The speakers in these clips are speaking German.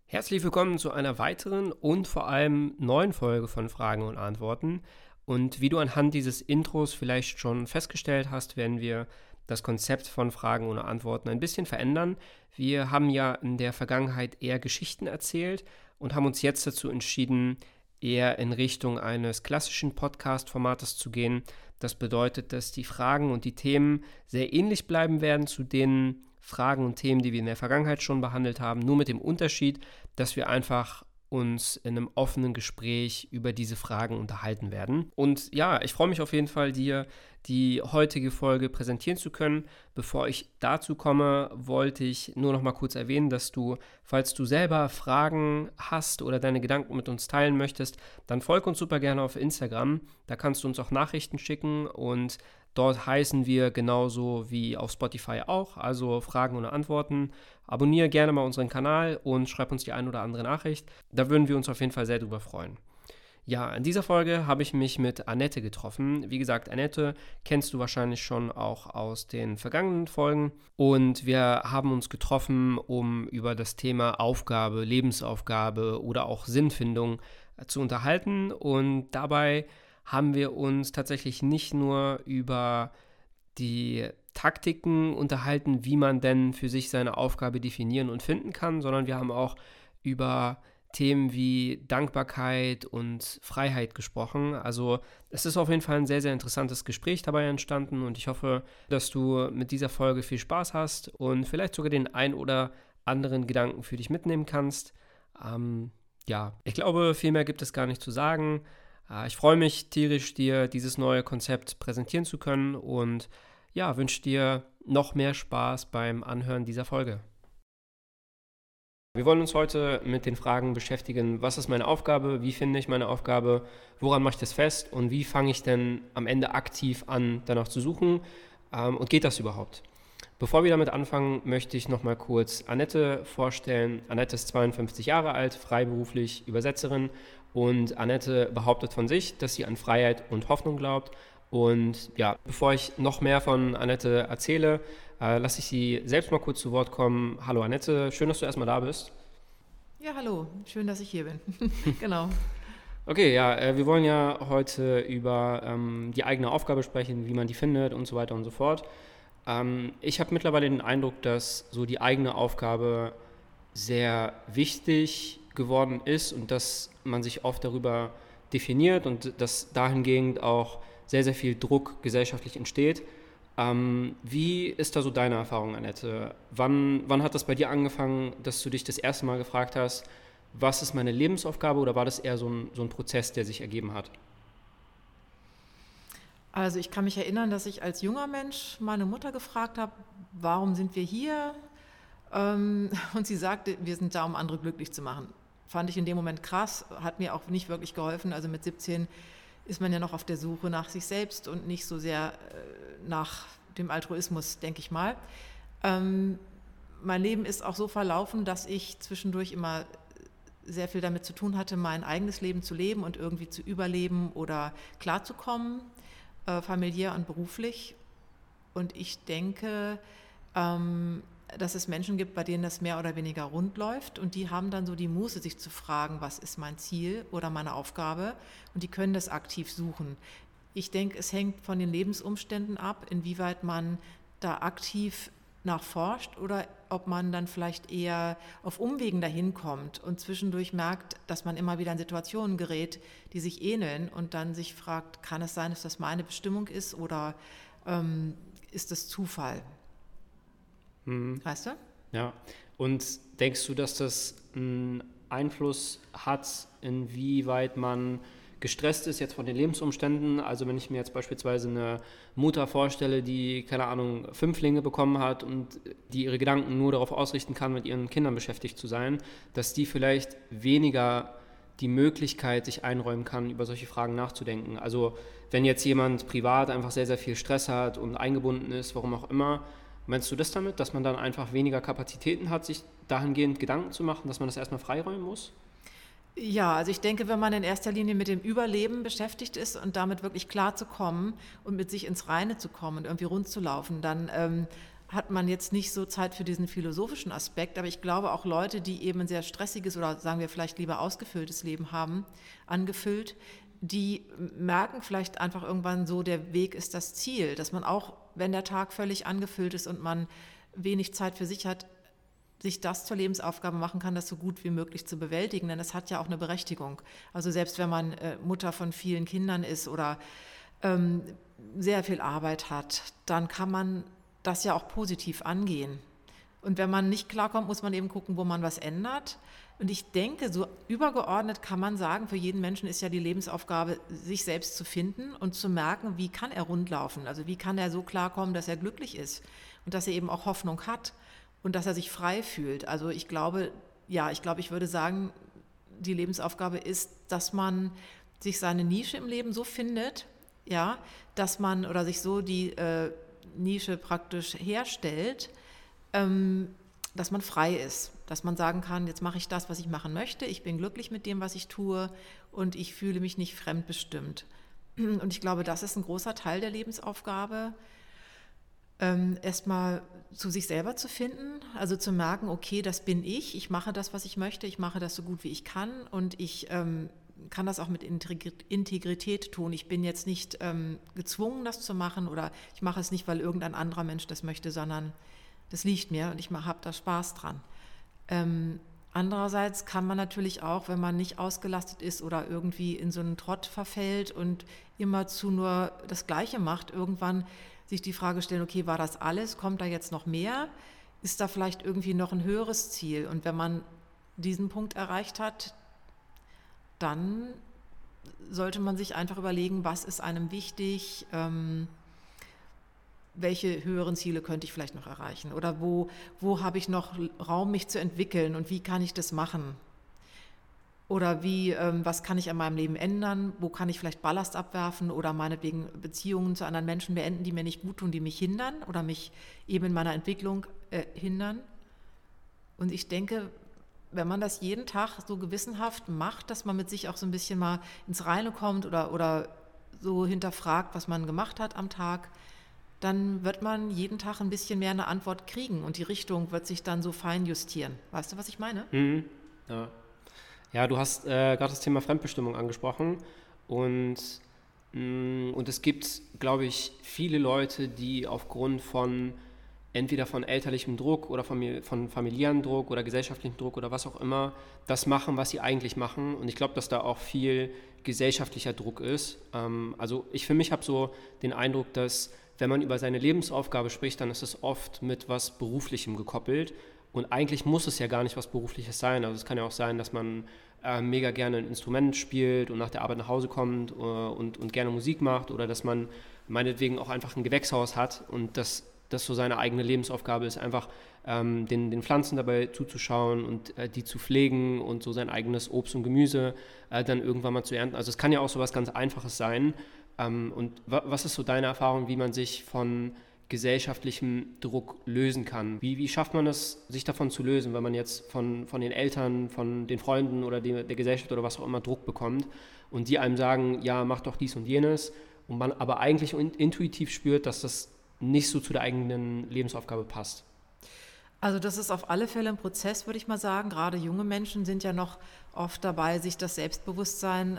Herzlich willkommen zu einer weiteren und vor allem neuen Folge von Fragen und Antworten. Und wie du anhand dieses Intros vielleicht schon festgestellt hast, werden wir das Konzept von Fragen und Antworten ein bisschen verändern. Wir haben ja in der Vergangenheit eher Geschichten erzählt und haben uns jetzt dazu entschieden, eher in Richtung eines klassischen Podcast-Formates zu gehen. Das bedeutet, dass die Fragen und die Themen sehr ähnlich bleiben werden zu den Fragen und Themen, die wir in der Vergangenheit schon behandelt haben, nur mit dem Unterschied, dass wir einfach uns in einem offenen Gespräch über diese Fragen unterhalten werden. Und ja, ich freue mich auf jeden Fall, dir die heutige Folge präsentieren zu können. Bevor ich dazu komme, wollte ich nur noch mal kurz erwähnen, dass du, falls du selber Fragen hast oder deine Gedanken mit uns teilen möchtest, dann folg uns super gerne auf Instagram. Da kannst du uns auch Nachrichten schicken und dort heißen wir genauso wie auf Spotify auch, also Fragen und Antworten. Abonniere gerne mal unseren Kanal und schreib uns die ein oder andere Nachricht. Da würden wir uns auf jeden Fall sehr drüber freuen. Ja, in dieser Folge habe ich mich mit Annette getroffen. Wie gesagt, Annette kennst du wahrscheinlich schon auch aus den vergangenen Folgen. Und wir haben uns getroffen, um über das Thema Aufgabe, Lebensaufgabe oder auch Sinnfindung zu unterhalten. Und dabei haben wir uns tatsächlich nicht nur über die Taktiken unterhalten, wie man denn für sich seine Aufgabe definieren und finden kann, sondern wir haben auch über Themen wie Dankbarkeit und Freiheit gesprochen. Also es ist auf jeden Fall ein sehr, sehr interessantes Gespräch dabei entstanden und ich hoffe, dass du mit dieser Folge viel Spaß hast und vielleicht sogar den ein oder anderen Gedanken für dich mitnehmen kannst. Ja, ich glaube, viel mehr gibt es gar nicht zu sagen. Ich freue mich tierisch, dir dieses neue Konzept präsentieren zu können und ja, wünsche dir noch mehr Spaß beim Anhören dieser Folge. Wir wollen uns heute mit den Fragen beschäftigen, was ist meine Aufgabe, wie finde ich meine Aufgabe, woran mache ich das fest und wie fange ich denn am Ende aktiv an, danach zu suchen und geht das überhaupt? Bevor wir damit anfangen, möchte ich noch mal kurz Annette vorstellen. Annette ist 52 Jahre alt, freiberuflich Übersetzerin und Annette behauptet von sich, dass sie an Freiheit und Hoffnung glaubt. Und ja, bevor ich noch mehr von Annette erzähle, lasse ich sie selbst mal kurz zu Wort kommen. Hallo Annette, schön, dass du erstmal da bist. Ja, hallo, schön, dass ich hier bin. Genau. Okay, ja, wir wollen ja heute über die eigene Aufgabe sprechen, wie man die findet und so weiter und so fort. Ich habe mittlerweile den Eindruck, dass so die eigene Aufgabe sehr wichtig geworden ist und dass man sich oft darüber definiert und dass dahingehend auch sehr, sehr viel Druck gesellschaftlich entsteht. Wie ist da so deine Erfahrung, Annette? Wann hat das bei dir angefangen, dass du dich das erste Mal gefragt hast, was ist meine Lebensaufgabe oder war das eher so ein Prozess, der sich ergeben hat? Also ich kann mich erinnern, dass ich als junger Mensch meine Mutter gefragt habe, warum sind wir hier? Und sie sagte, wir sind da, um andere glücklich zu machen. Fand ich in dem Moment krass, hat mir auch nicht wirklich geholfen. Also mit 17 ist man ja noch auf der Suche nach sich selbst und nicht so sehr nach dem Altruismus, denke ich mal. Mein Leben ist auch so verlaufen, dass ich zwischendurch immer sehr viel damit zu tun hatte, mein eigenes Leben zu leben und irgendwie zu überleben oder klarzukommen, familiär und beruflich. Und ich denke, dass es Menschen gibt, bei denen das mehr oder weniger rund läuft und die haben dann so die Muße, sich zu fragen, was ist mein Ziel oder meine Aufgabe und die können das aktiv suchen. Ich denke, es hängt von den Lebensumständen ab, inwieweit man da aktiv nachforscht oder ob man dann vielleicht eher auf Umwegen dahin kommt und zwischendurch merkt, dass man immer wieder in Situationen gerät, die sich ähneln und dann sich fragt, kann es sein, dass das meine Bestimmung ist oder ist das Zufall? Mhm. Weißt du? Ja, und denkst du, dass das einen Einfluss hat, inwieweit man gestresst ist jetzt von den Lebensumständen? Also wenn ich mir jetzt beispielsweise eine Mutter vorstelle, die, keine Ahnung, Fünflinge bekommen hat und die ihre Gedanken nur darauf ausrichten kann, mit ihren Kindern beschäftigt zu sein, dass die vielleicht weniger die Möglichkeit sich einräumen kann, über solche Fragen nachzudenken. Also wenn jetzt jemand privat einfach sehr, sehr viel Stress hat und eingebunden ist, warum auch immer, meinst du das damit, dass man dann einfach weniger Kapazitäten hat, sich dahingehend Gedanken zu machen, dass man das erstmal freiräumen muss? Ja, also ich denke, wenn man in erster Linie mit dem Überleben beschäftigt ist und damit wirklich klarzukommen und mit sich ins Reine zu kommen und irgendwie rund zu laufen, dann hat man jetzt nicht so Zeit für diesen philosophischen Aspekt, aber ich glaube auch Leute, die eben ein sehr stressiges oder sagen wir vielleicht lieber ausgefülltes Leben haben, angefüllt, die merken vielleicht einfach irgendwann so, der Weg ist das Ziel, dass man auch, wenn der Tag völlig angefüllt ist und man wenig Zeit für sich hat, sich das zur Lebensaufgabe machen kann, das so gut wie möglich zu bewältigen, denn es hat ja auch eine Berechtigung. Also selbst wenn man Mutter von vielen Kindern ist oder sehr viel Arbeit hat, dann kann man das ja auch positiv angehen. Und wenn man nicht klarkommt, muss man eben gucken, wo man was ändert. Und ich denke, so übergeordnet kann man sagen, für jeden Menschen ist ja die Lebensaufgabe, sich selbst zu finden und zu merken, wie kann er rundlaufen, also wie kann er so klarkommen, dass er glücklich ist und dass er eben auch Hoffnung hat und dass er sich frei fühlt. Also ich glaube, ich würde sagen, die Lebensaufgabe ist, dass man sich seine Nische im Leben so findet, ja, dass man oder sich so die Nische praktisch herstellt, dass man frei ist, dass man sagen kann, jetzt mache ich das, was ich machen möchte, ich bin glücklich mit dem, was ich tue und ich fühle mich nicht fremdbestimmt. Und ich glaube, das ist ein großer Teil der Lebensaufgabe, erstmal zu sich selber zu finden, also zu merken, okay, das bin ich mache das, was ich möchte, ich mache das so gut, wie ich kann und ich kann das auch mit Integrität tun. Ich bin jetzt nicht gezwungen, das zu machen oder ich mache es nicht, weil irgendein anderer Mensch das möchte, sondern das liegt mir und ich habe da Spaß dran. Andererseits kann man natürlich auch, wenn man nicht ausgelastet ist oder irgendwie in so einen Trott verfällt und immerzu nur das Gleiche macht, irgendwann sich die Frage stellen, okay, war das alles? Kommt da jetzt noch mehr? Ist da vielleicht irgendwie noch ein höheres Ziel? Und wenn man diesen Punkt erreicht hat, dann sollte man sich einfach überlegen, was ist einem wichtig, welche höheren Ziele könnte ich vielleicht noch erreichen oder wo habe ich noch Raum, mich zu entwickeln und wie kann ich das machen? Oder was kann ich an meinem Leben ändern? Wo kann ich vielleicht Ballast abwerfen oder meinetwegen Beziehungen zu anderen Menschen beenden, die mir nicht gut tun, die mich hindern oder mich eben in meiner Entwicklung hindern? Und ich denke, wenn man das jeden Tag so gewissenhaft macht, dass man mit sich auch so ein bisschen mal ins Reine kommt oder so hinterfragt, was man gemacht hat am Tag, dann wird man jeden Tag ein bisschen mehr eine Antwort kriegen und die Richtung wird sich dann so fein justieren. Weißt du, was ich meine? Mhm. Ja. Ja, du hast gerade das Thema Fremdbestimmung angesprochen und es gibt, glaube ich, viele Leute, die aufgrund von entweder von elterlichem Druck oder von familiären Druck oder gesellschaftlichem Druck oder was auch immer, das machen, was sie eigentlich machen. Und ich glaube, dass da auch viel gesellschaftlicher Druck ist. Also ich für mich habe so den Eindruck, dass wenn man über seine Lebensaufgabe spricht, dann ist es oft mit was Beruflichem gekoppelt. Und eigentlich muss es ja gar nicht was Berufliches sein. Also es kann ja auch sein, dass man mega gerne ein Instrument spielt und nach der Arbeit nach Hause kommt und gerne Musik macht oder dass man meinetwegen auch einfach ein Gewächshaus hat und das so seine eigene Lebensaufgabe ist, einfach den Pflanzen dabei zuzuschauen und die zu pflegen und so sein eigenes Obst und Gemüse dann irgendwann mal zu ernten. Also es kann ja auch so was ganz Einfaches sein. Und was ist so deine Erfahrung, wie man sich von gesellschaftlichem Druck lösen kann? Wie schafft man es, sich davon zu lösen, wenn man jetzt von den Eltern, von den Freunden oder der Gesellschaft oder was auch immer Druck bekommt und die einem sagen, ja, mach doch dies und jenes und man aber eigentlich intuitiv spürt, dass das nicht so zu der eigenen Lebensaufgabe passt? Also das ist auf alle Fälle ein Prozess, würde ich mal sagen. Gerade junge Menschen sind ja noch oft dabei, sich das Selbstbewusstsein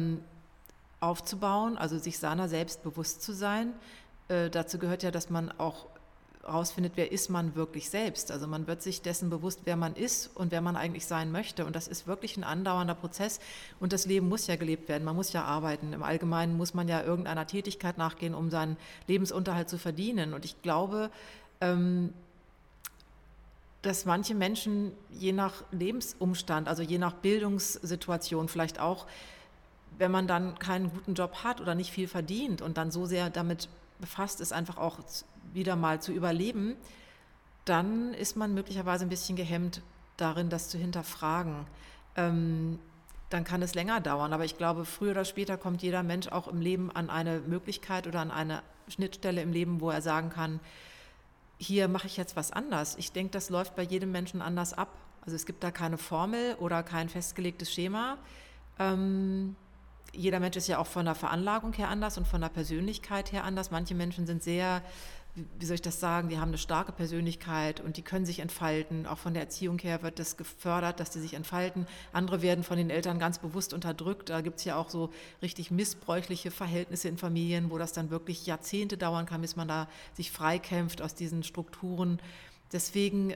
aufzubauen, also sich seiner selbst bewusst zu sein. Dazu gehört ja, dass man auch rausfindet, wer ist man wirklich selbst. Also man wird sich dessen bewusst, wer man ist und wer man eigentlich sein möchte. Und das ist wirklich ein andauernder Prozess. Und das Leben muss ja gelebt werden. Man muss ja arbeiten. Im Allgemeinen muss man ja irgendeiner Tätigkeit nachgehen, um seinen Lebensunterhalt zu verdienen. Und ich glaube, dass manche Menschen je nach Lebensumstand, also je nach Bildungssituation vielleicht auch, wenn man dann keinen guten Job hat oder nicht viel verdient und dann so sehr damit befasst ist, einfach auch wieder mal zu überleben, dann ist man möglicherweise ein bisschen gehemmt darin, das zu hinterfragen. Dann kann es länger dauern, aber ich glaube, früher oder später kommt jeder Mensch auch im Leben an eine Möglichkeit oder an eine Schnittstelle im Leben, wo er sagen kann, hier mache ich jetzt was anders. Ich denke, das läuft bei jedem Menschen anders ab. Also es gibt da keine Formel oder kein festgelegtes Schema. Jeder Mensch ist ja auch von der Veranlagung her anders und von der Persönlichkeit her anders. Manche Menschen sind sehr wie soll ich das sagen, die haben eine starke Persönlichkeit und die können sich entfalten. Auch von der Erziehung her wird das gefördert, dass die sich entfalten. Andere werden von den Eltern ganz bewusst unterdrückt. Da gibt es ja auch so richtig missbräuchliche Verhältnisse in Familien, wo das dann wirklich Jahrzehnte dauern kann, bis man da sich freikämpft aus diesen Strukturen. Deswegen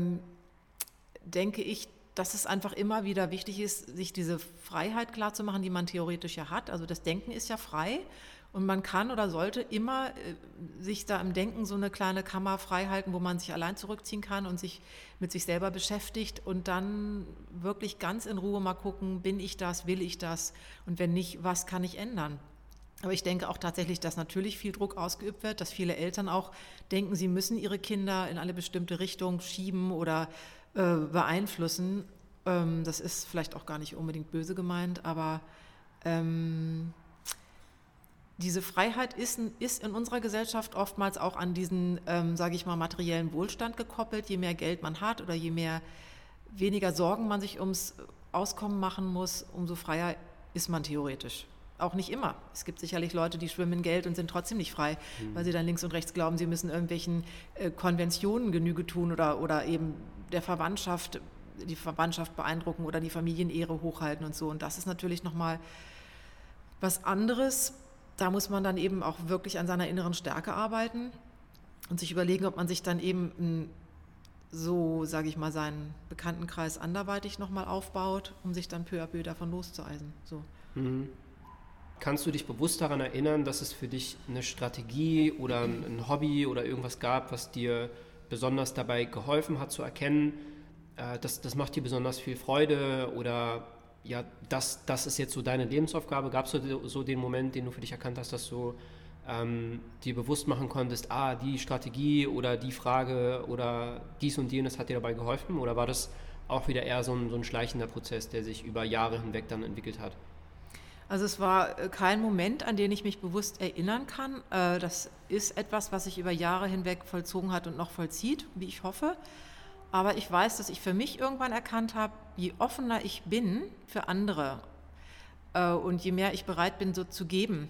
denke ich, dass es einfach immer wieder wichtig ist, sich diese Freiheit klarzumachen, die man theoretisch ja hat. Also das Denken ist ja frei. Und man kann oder sollte immer sich da im Denken so eine kleine Kammer frei halten, wo man sich allein zurückziehen kann und sich mit sich selber beschäftigt und dann wirklich ganz in Ruhe mal gucken, bin ich das, will ich das und wenn nicht, was kann ich ändern? Aber ich denke auch tatsächlich, dass natürlich viel Druck ausgeübt wird, dass viele Eltern auch denken, sie müssen ihre Kinder in eine bestimmte Richtung schieben oder beeinflussen. Das ist vielleicht auch gar nicht unbedingt böse gemeint, aber diese Freiheit ist in unserer Gesellschaft oftmals auch an diesen, sage ich mal, materiellen Wohlstand gekoppelt. Je mehr Geld man hat oder weniger Sorgen man sich ums Auskommen machen muss, umso freier ist man theoretisch. Auch nicht immer. Es gibt sicherlich Leute, die schwimmen in Geld und sind trotzdem nicht frei, weil sie dann links und rechts glauben, sie müssen irgendwelchen Konventionen Genüge tun oder eben die Verwandtschaft beeindrucken oder die Familienehre hochhalten und so. Und das ist natürlich nochmal was anderes. Da muss man dann eben auch wirklich an seiner inneren Stärke arbeiten und sich überlegen, ob man sich dann eben so, sage ich mal, seinen Bekanntenkreis anderweitig nochmal aufbaut, um sich dann peu à peu davon loszueisen. So. Mhm. Kannst du dich bewusst daran erinnern, dass es für dich eine Strategie oder ein Hobby oder irgendwas gab, was dir besonders dabei geholfen hat zu erkennen, das macht dir besonders viel Freude oder ja, das ist jetzt so deine Lebensaufgabe? Gab es so den Moment, den du für dich erkannt hast, dass du dir bewusst machen konntest, die Strategie oder die Frage oder dies und jenes hat dir dabei geholfen? Oder war das auch wieder eher so ein schleichender Prozess, der sich über Jahre hinweg dann entwickelt hat? Also es war kein Moment, an den ich mich bewusst erinnern kann. Das ist etwas, was sich über Jahre hinweg vollzogen hat und noch vollzieht, wie ich hoffe. Aber ich weiß, dass ich für mich irgendwann erkannt habe, je offener ich bin für andere und je mehr ich bereit bin, so zu geben,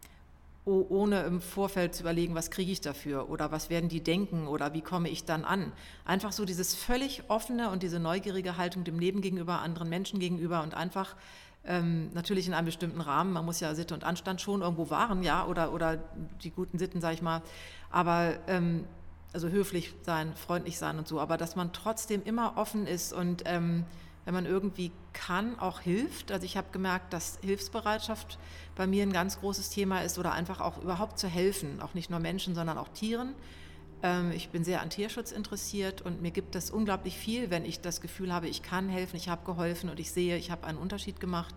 ohne im Vorfeld zu überlegen, was kriege ich dafür oder was werden die denken oder wie komme ich dann an. Einfach so dieses völlig offene und diese neugierige Haltung dem Leben gegenüber, anderen Menschen gegenüber und einfach natürlich in einem bestimmten Rahmen, man muss ja Sitte und Anstand schon irgendwo wahren, ja, oder die guten Sitten, sage ich mal, aber also höflich sein, freundlich sein und so, aber dass man trotzdem immer offen ist und wenn man irgendwie kann, auch hilft. Also ich habe gemerkt, dass Hilfsbereitschaft bei mir ein ganz großes Thema ist oder einfach auch überhaupt zu helfen, auch nicht nur Menschen, sondern auch Tieren. Ich bin sehr an Tierschutz interessiert und mir gibt das unglaublich viel, wenn ich das Gefühl habe, ich kann helfen, ich habe geholfen und ich sehe, ich habe einen Unterschied gemacht.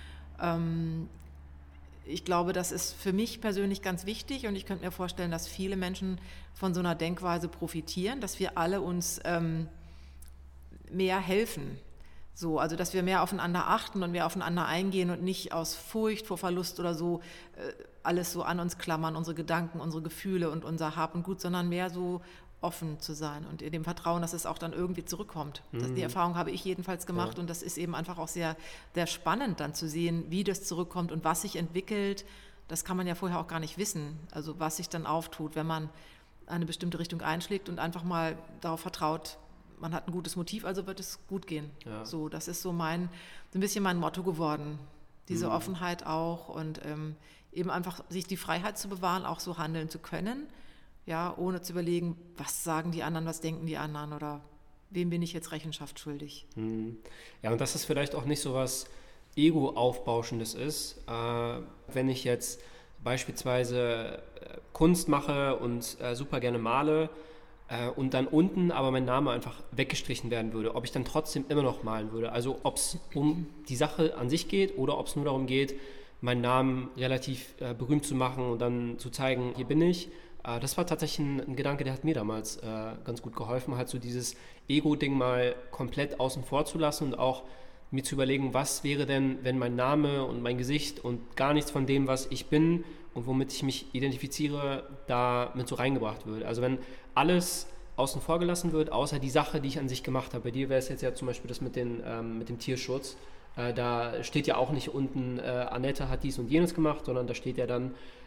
Ich glaube, das ist für mich persönlich ganz wichtig und ich könnte mir vorstellen, dass viele Menschen von so einer Denkweise profitieren, dass wir alle uns mehr helfen. So, also dass wir mehr aufeinander achten und mehr aufeinander eingehen und nicht aus Furcht vor Verlust oder so alles so an uns klammern, unsere Gedanken, unsere Gefühle und unser Hab und Gut, sondern mehr so offen zu sein und in dem Vertrauen, dass es auch dann irgendwie zurückkommt. Die Erfahrung habe ich jedenfalls gemacht und das ist eben einfach auch sehr, sehr spannend dann zu sehen, wie das zurückkommt und was sich entwickelt. Das kann man ja vorher auch gar nicht wissen, also was sich dann auftut, wenn man eine bestimmte Richtung einschlägt und einfach mal darauf vertraut, man hat ein gutes Motiv, also wird es gut gehen. Ja. So, das ist so ein bisschen mein Motto geworden, diese Offenheit auch und eben einfach sich die Freiheit zu bewahren, auch so handeln zu können, ja, ohne zu überlegen, was sagen die anderen, was denken die anderen oder wem bin ich jetzt Rechenschaft schuldig. Ja, und dass es vielleicht auch nicht so was Ego-Aufbauschendes ist, wenn ich jetzt beispielsweise Kunst mache und super gerne male und dann unten aber mein Name einfach weggestrichen werden würde, ob ich dann trotzdem immer noch malen würde. Also ob es um die Sache an sich geht oder ob es nur darum geht, meinen Namen relativ berühmt zu machen und dann zu zeigen, hier bin ich. Das war tatsächlich ein Gedanke, der hat mir damals ganz gut geholfen, halt so dieses Ego-Ding mal komplett außen vor zu lassen und auch mir zu überlegen, was wäre denn, wenn mein Name und mein Gesicht und gar nichts von dem, was ich bin und womit ich mich identifiziere, da mit so reingebracht wird. Also wenn alles außen vor gelassen wird, außer die Sache, die ich an sich gemacht habe. Bei dir wäre es jetzt ja zum Beispiel das mit dem Tierschutz. Da steht ja auch nicht unten, Annette hat dies und jenes gemacht, sondern da steht ja dann,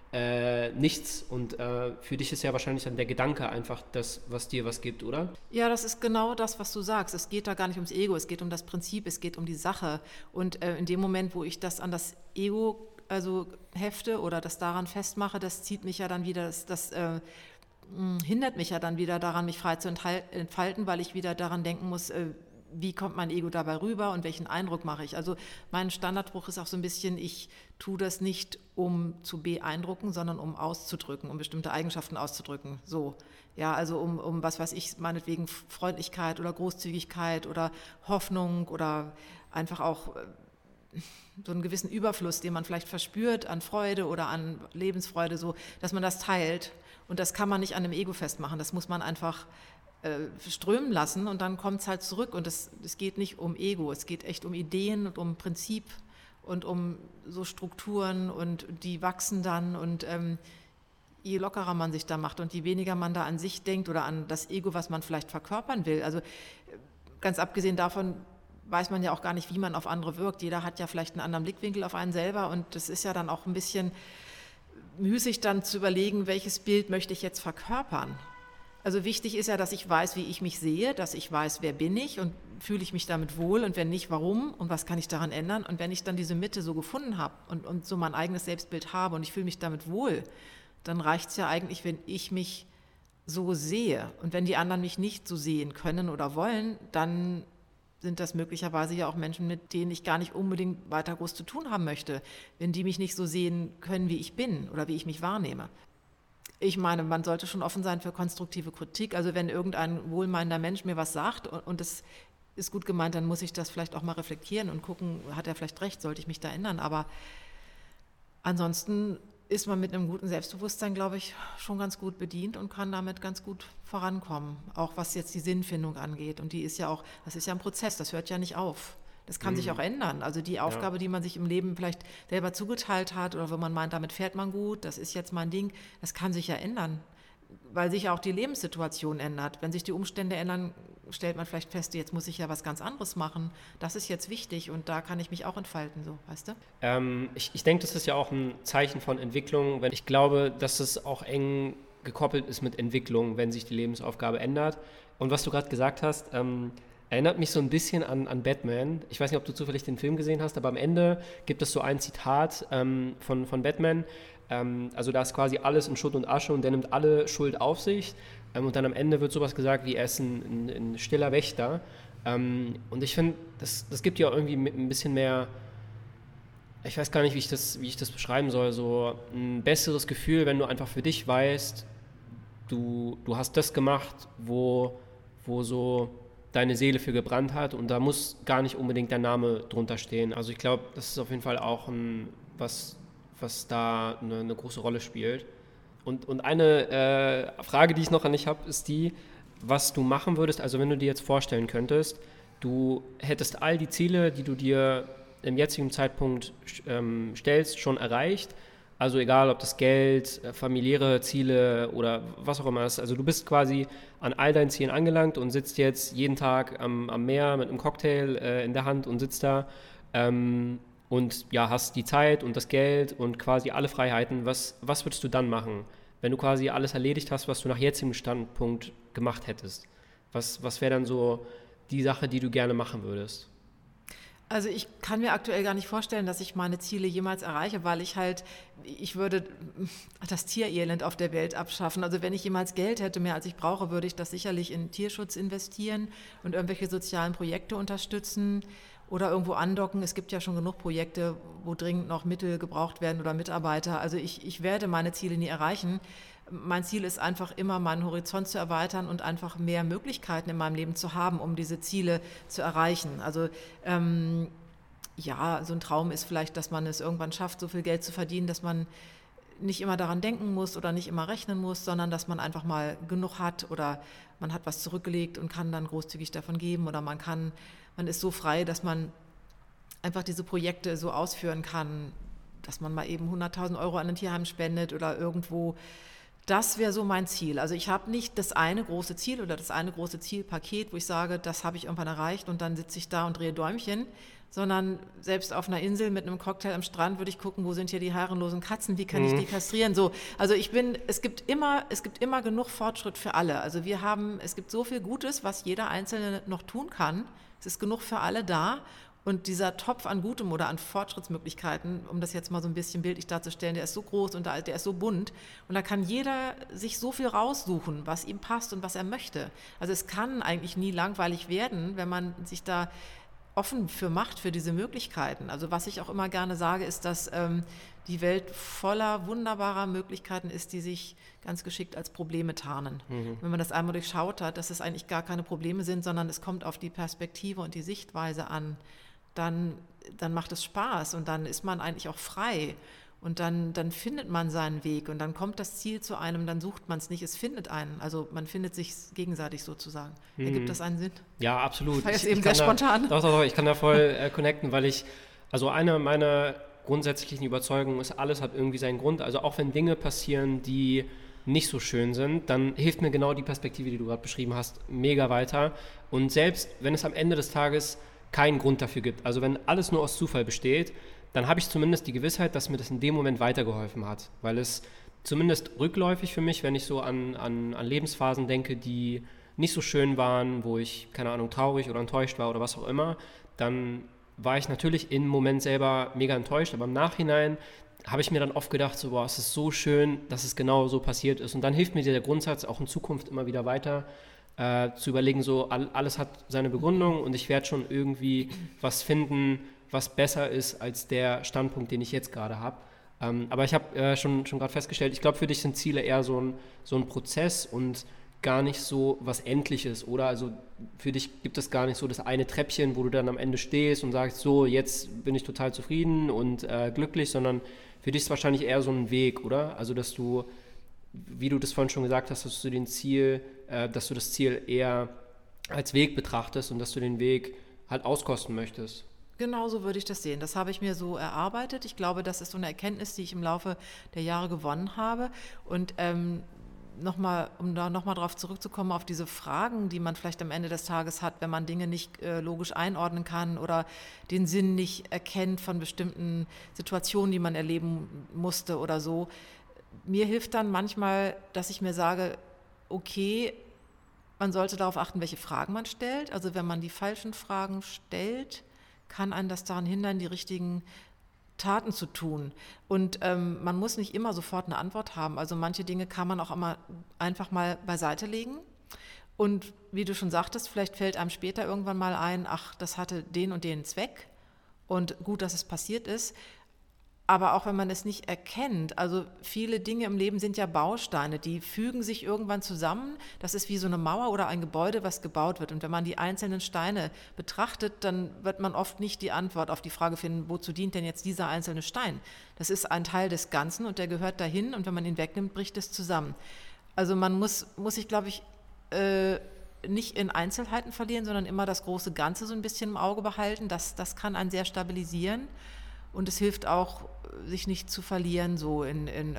nichts. Und für dich ist ja wahrscheinlich dann der Gedanke einfach das, was dir was gibt, oder? Ja, das ist genau das, was du sagst. Es geht da gar nicht ums Ego, es geht um das Prinzip, es geht um die Sache. Und in dem Moment, wo ich das an das Ego also hefte oder das daran festmache, das zieht mich ja dann wieder, das hindert mich ja dann wieder daran, mich frei zu entfalten, weil ich wieder daran denken muss, wie kommt mein Ego dabei rüber und welchen Eindruck mache ich. Also mein Standardspruch ist auch so ein bisschen, ich tue das nicht, um zu beeindrucken, sondern um auszudrücken, um bestimmte Eigenschaften auszudrücken. So, ja, also um was weiß ich, meinetwegen Freundlichkeit oder Großzügigkeit oder Hoffnung oder einfach auch so einen gewissen Überfluss, den man vielleicht verspürt an Freude oder an Lebensfreude, so, dass man das teilt. Und das kann man nicht an dem Ego festmachen, das muss man einfach strömen lassen und dann kommt es halt zurück. Und es geht nicht um Ego, es geht echt um Ideen und um Prinzip und um so Strukturen und die wachsen dann und je lockerer man sich da macht und je weniger man da an sich denkt oder an das Ego, was man vielleicht verkörpern will. Also ganz abgesehen davon weiß man ja auch gar nicht, wie man auf andere wirkt. Jeder hat ja vielleicht einen anderen Blickwinkel auf einen selber und das ist ja dann auch ein bisschen müßig dann zu überlegen, welches Bild möchte ich jetzt verkörpern. Also wichtig ist ja, dass ich weiß, wie ich mich sehe, dass ich weiß, wer bin ich und fühle ich mich damit wohl und wenn nicht, warum und was kann ich daran ändern. Und wenn ich dann diese Mitte so gefunden habe und so mein eigenes Selbstbild habe und ich fühle mich damit wohl, dann reicht es ja eigentlich, wenn ich mich so sehe. Und wenn die anderen mich nicht so sehen können oder wollen, dann sind das möglicherweise ja auch Menschen, mit denen ich gar nicht unbedingt weiter groß zu tun haben möchte, wenn die mich nicht so sehen können, wie ich bin oder wie ich mich wahrnehme. Ich meine, man sollte schon offen sein für konstruktive Kritik. Also wenn irgendein wohlmeinender Mensch mir was sagt und es ist gut gemeint, dann muss ich das vielleicht auch mal reflektieren und gucken, hat er vielleicht recht, sollte ich mich da ändern. Aber ansonsten ist man mit einem guten Selbstbewusstsein, glaube ich, schon ganz gut bedient und kann damit ganz gut vorankommen. Auch was jetzt die Sinnfindung angeht. Und die ist ja auch, das ist ja ein Prozess, das hört ja nicht auf. Das kann sich auch ändern. Also die Aufgabe, die man sich im Leben vielleicht selber zugeteilt hat oder wo man meint, damit fährt man gut, das ist jetzt mein Ding, das kann sich ja ändern, weil sich ja auch die Lebenssituation ändert. Wenn sich die Umstände ändern, stellt man vielleicht fest, jetzt muss ich ja was ganz anderes machen. Das ist jetzt wichtig und da kann ich mich auch entfalten, so, weißt du? Ich denke, das ist ja auch ein Zeichen von Entwicklung. Ich glaube, dass es auch eng gekoppelt ist mit Entwicklung, wenn sich die Lebensaufgabe ändert. Und was du gerade gesagt hast, erinnert mich so ein bisschen an Batman. Ich weiß nicht, ob du zufällig den Film gesehen hast, aber am Ende gibt es so ein Zitat von Batman. Also da ist quasi alles in Schutt und Asche und der nimmt alle Schuld auf sich. Und dann am Ende wird sowas gesagt wie, er ist ein stiller Wächter. Und ich finde, das gibt ja auch irgendwie ein bisschen mehr, ich weiß gar nicht, wie ich das beschreiben soll, so ein besseres Gefühl, wenn du einfach für dich weißt, du hast das gemacht, wo so deine Seele für gebrannt hat und da muss gar nicht unbedingt dein Name drunter stehen. Also ich glaube, das ist auf jeden Fall auch was da eine große Rolle spielt. Und eine Frage, die ich noch an dich habe, ist die, was du machen würdest, also wenn du dir jetzt vorstellen könntest, du hättest all die Ziele, die du dir im jetzigen Zeitpunkt stellst, schon erreicht. Also egal, ob das Geld, familiäre Ziele oder was auch immer ist. Also du bist quasi an all deinen Zielen angelangt und sitzt jetzt jeden Tag am Meer mit einem Cocktail in der Hand und sitzt da und ja, hast die Zeit und das Geld und quasi alle Freiheiten. Was würdest du dann machen, wenn du quasi alles erledigt hast, was du nach jetzigem Standpunkt gemacht hättest? Was wäre dann so die Sache, die du gerne machen würdest? Also ich kann mir aktuell gar nicht vorstellen, dass ich meine Ziele jemals erreiche, weil ich würde das Tierelend auf der Welt abschaffen. Also wenn ich jemals Geld hätte, mehr als ich brauche, würde ich das sicherlich in Tierschutz investieren und irgendwelche sozialen Projekte unterstützen oder irgendwo andocken. Es gibt ja schon genug Projekte, wo dringend noch Mittel gebraucht werden oder Mitarbeiter. Also ich werde meine Ziele nie erreichen. Mein Ziel ist einfach immer, meinen Horizont zu erweitern und einfach mehr Möglichkeiten in meinem Leben zu haben, um diese Ziele zu erreichen. Also ja, so ein Traum ist vielleicht, dass man es irgendwann schafft, so viel Geld zu verdienen, dass man nicht immer daran denken muss oder nicht immer rechnen muss, sondern dass man einfach mal genug hat oder man hat was zurückgelegt und kann dann großzügig davon geben oder man ist so frei, dass man einfach diese Projekte so ausführen kann, dass man mal eben 100.000 € an ein Tierheim spendet oder irgendwo Das wäre so mein Ziel. Also ich habe nicht das eine große Ziel oder das eine große Zielpaket, wo ich sage, das habe ich irgendwann erreicht und dann sitze ich da und drehe Däumchen, sondern selbst auf einer Insel mit einem Cocktail am Strand würde ich gucken, wo sind hier die herrenlosen Katzen, wie kann ich die kastrieren? So, also es gibt immer genug Fortschritt für alle. Also es gibt so viel Gutes, was jeder Einzelne noch tun kann. Es ist genug für alle da. Und dieser Topf an Gutem oder an Fortschrittsmöglichkeiten, um das jetzt mal so ein bisschen bildlich darzustellen, der ist so groß und der ist so bunt. Und da kann jeder sich so viel raussuchen, was ihm passt und was er möchte. Also es kann eigentlich nie langweilig werden, wenn man sich da offen für macht, für diese Möglichkeiten. Also was ich auch immer gerne sage, ist, dass die Welt voller wunderbarer Möglichkeiten ist, die sich ganz geschickt als Probleme tarnen. Wenn man das einmal durchschaut hat, dass es eigentlich gar keine Probleme sind, sondern es kommt auf die Perspektive und die Sichtweise an, dann macht es Spaß und dann ist man eigentlich auch frei und dann findet man seinen Weg und dann kommt das Ziel zu einem, dann sucht man es nicht, es findet einen. Also man findet sich gegenseitig sozusagen. Ergibt das einen Sinn? Ja, absolut. War jetzt eben sehr spontan. Doch, ich kann da voll connecten, weil also eine meiner grundsätzlichen Überzeugungen ist, alles hat irgendwie seinen Grund. Also auch wenn Dinge passieren, die nicht so schön sind, dann hilft mir genau die Perspektive, die du gerade beschrieben hast, mega weiter. Und selbst wenn es am Ende des Tages keinen Grund dafür gibt, also wenn alles nur aus Zufall besteht, dann habe ich zumindest die Gewissheit, dass mir das in dem Moment weitergeholfen hat, weil es zumindest rückläufig für mich, wenn ich so an Lebensphasen denke, die nicht so schön waren, wo ich, keine Ahnung, traurig oder enttäuscht war oder was auch immer, dann war ich natürlich im Moment selber mega enttäuscht, aber im Nachhinein habe ich mir dann oft gedacht, so, boah, es ist so schön, dass es genau so passiert ist und dann hilft mir der Grundsatz auch in Zukunft immer wieder weiter, zu überlegen, so alles hat seine Begründung und ich werde schon irgendwie was finden, was besser ist als der Standpunkt, den ich jetzt gerade habe. Aber ich habe schon gerade festgestellt, ich glaube, für dich sind Ziele eher so ein Prozess und gar nicht so was Endliches, oder? Also für dich gibt es gar nicht so das eine Treppchen, wo du dann am Ende stehst und sagst, so, jetzt bin ich total zufrieden und glücklich, sondern für dich ist es wahrscheinlich eher so ein Weg, oder? Also dass du, wie du das vorhin schon gesagt hast, dass du das Ziel eher als Weg betrachtest und dass du den Weg halt auskosten möchtest. Genau so würde ich das sehen. Das habe ich mir so erarbeitet. Ich glaube, das ist so eine Erkenntnis, die ich im Laufe der Jahre gewonnen habe. Und um da nochmal drauf zurückzukommen, auf diese Fragen, die man vielleicht am Ende des Tages hat, wenn man Dinge nicht logisch einordnen kann oder den Sinn nicht erkennt von bestimmten Situationen, die man erleben musste oder so. Mir hilft dann manchmal, dass ich mir sage, okay, man sollte darauf achten, welche Fragen man stellt. Also wenn man die falschen Fragen stellt, kann einen das daran hindern, die richtigen Taten zu tun. Und man muss nicht immer sofort eine Antwort haben. Also manche Dinge kann man auch immer einfach mal beiseite legen. Und wie du schon sagtest, vielleicht fällt einem später irgendwann mal ein, ach, das hatte den und den Zweck. Und gut, dass es passiert ist. Aber auch wenn man es nicht erkennt, also viele Dinge im Leben sind ja Bausteine, die fügen sich irgendwann zusammen. Das ist wie so eine Mauer oder ein Gebäude, was gebaut wird. Und wenn man die einzelnen Steine betrachtet, dann wird man oft nicht die Antwort auf die Frage finden, wozu dient denn jetzt dieser einzelne Stein? Das ist ein Teil des Ganzen und der gehört dahin und wenn man ihn wegnimmt, bricht es zusammen. Also man muss sich, glaube ich, nicht in Einzelheiten verlieren, sondern immer das große Ganze so ein bisschen im Auge behalten. Das kann einen sehr stabilisieren. Und es hilft auch, sich nicht zu verlieren, so in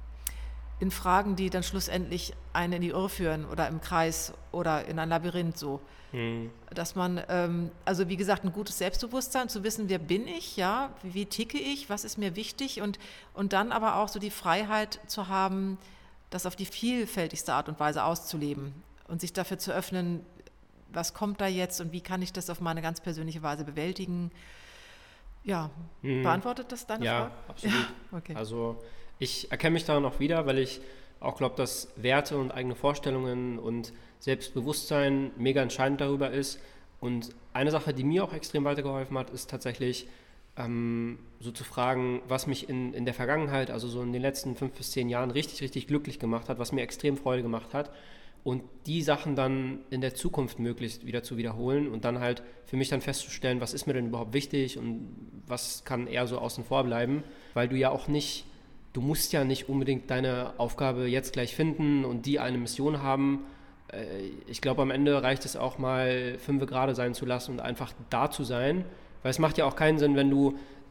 Fragen, die dann schlussendlich einen in die Irre führen oder im Kreis oder in ein Labyrinth so. Dass man, also wie gesagt, ein gutes Selbstbewusstsein, zu wissen, wer bin ich, ja, wie ticke ich, was ist mir wichtig und dann aber auch so die Freiheit zu haben, das auf die vielfältigste Art und Weise auszuleben und sich dafür zu öffnen, was kommt da jetzt und wie kann ich das auf meine ganz persönliche Weise bewältigen. Ja, beantwortet das deine Frage? Ja, absolut. Ja, okay. Also ich erkenne mich daran auch wieder, weil ich auch glaube, dass Werte und eigene Vorstellungen und Selbstbewusstsein mega entscheidend darüber ist. Und eine Sache, die mir auch extrem weitergeholfen hat, ist tatsächlich so zu fragen, was mich in der Vergangenheit, also so in den letzten 5 bis 10 Jahren richtig, richtig glücklich gemacht hat, was mir extrem Freude gemacht hat. Und die Sachen dann in der Zukunft möglichst wieder zu wiederholen und dann halt für mich dann festzustellen, was ist mir denn überhaupt wichtig und was kann eher so außen vor bleiben, weil du musst ja nicht unbedingt deine Aufgabe jetzt gleich finden und die eine Mission haben. Ich glaube, am Ende reicht es auch mal 5 gerade sein zu lassen und einfach da zu sein, weil es macht ja auch keinen Sinn, wenn du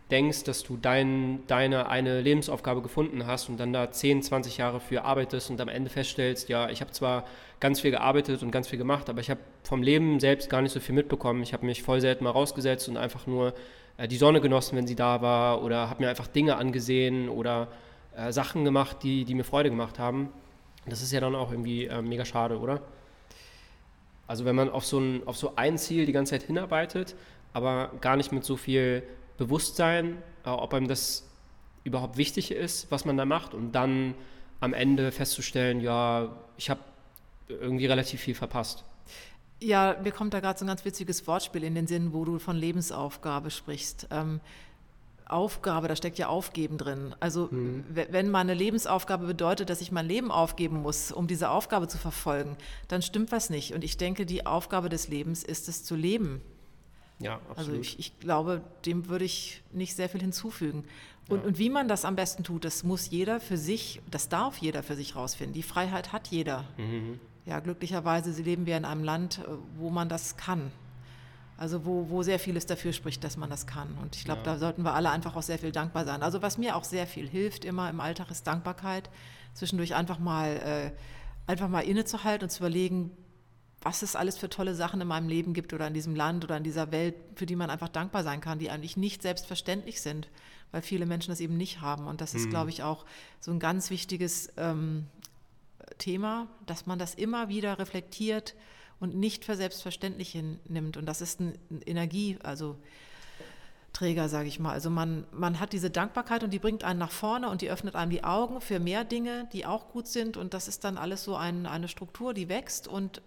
denkst, dass du deine eine Lebensaufgabe gefunden hast und dann da 10, 20 Jahre für arbeitest und am Ende feststellst, ja, ich habe zwar ganz viel gearbeitet und ganz viel gemacht, aber ich habe vom Leben selbst gar nicht so viel mitbekommen. Ich habe mich voll selten mal rausgesetzt und einfach nur die Sonne genossen, wenn sie da war, oder habe mir einfach Dinge angesehen oder Sachen gemacht, die mir Freude gemacht haben. Das ist ja dann auch irgendwie mega schade, oder? Also wenn man auf so ein Ziel die ganze Zeit hinarbeitet, aber gar nicht mit so viel Bewusstsein, ob einem das überhaupt wichtig ist, was man da macht, und dann am Ende festzustellen, ja, ich habe irgendwie relativ viel verpasst. Ja, mir kommt da gerade so ein ganz witziges Wortspiel in den Sinn, wo du von Lebensaufgabe sprichst. Aufgabe, da steckt ja Aufgeben drin. Also wenn meine Lebensaufgabe bedeutet, dass ich mein Leben aufgeben muss, um diese Aufgabe zu verfolgen, dann stimmt was nicht. Und ich denke, die Aufgabe des Lebens ist es zu leben. Ja, absolut. Also ich glaube, dem würde ich nicht sehr viel hinzufügen. Und wie man das am besten tut, das muss jeder für sich, das darf jeder für sich rausfinden. Die Freiheit hat jeder. Ja, glücklicherweise leben wir in einem Land, wo man das kann. Also wo sehr vieles dafür spricht, dass man das kann. Und ich glaube, da sollten wir alle einfach auch sehr viel dankbar sein. Also was mir auch sehr viel hilft immer im Alltag, ist Dankbarkeit. Zwischendurch einfach mal innezuhalten und zu überlegen, was es alles für tolle Sachen in meinem Leben gibt oder in diesem Land oder in dieser Welt, für die man einfach dankbar sein kann, die eigentlich nicht selbstverständlich sind, weil viele Menschen das eben nicht haben. Und das ist, glaube ich, auch so ein ganz wichtiges Thema, dass man das immer wieder reflektiert und nicht für selbstverständlich hinnimmt. Und das ist ein Träger, sage ich mal. Also man hat diese Dankbarkeit und die bringt einen nach vorne und die öffnet einem die Augen für mehr Dinge, die auch gut sind. Und das ist dann alles so eine Struktur, die wächst und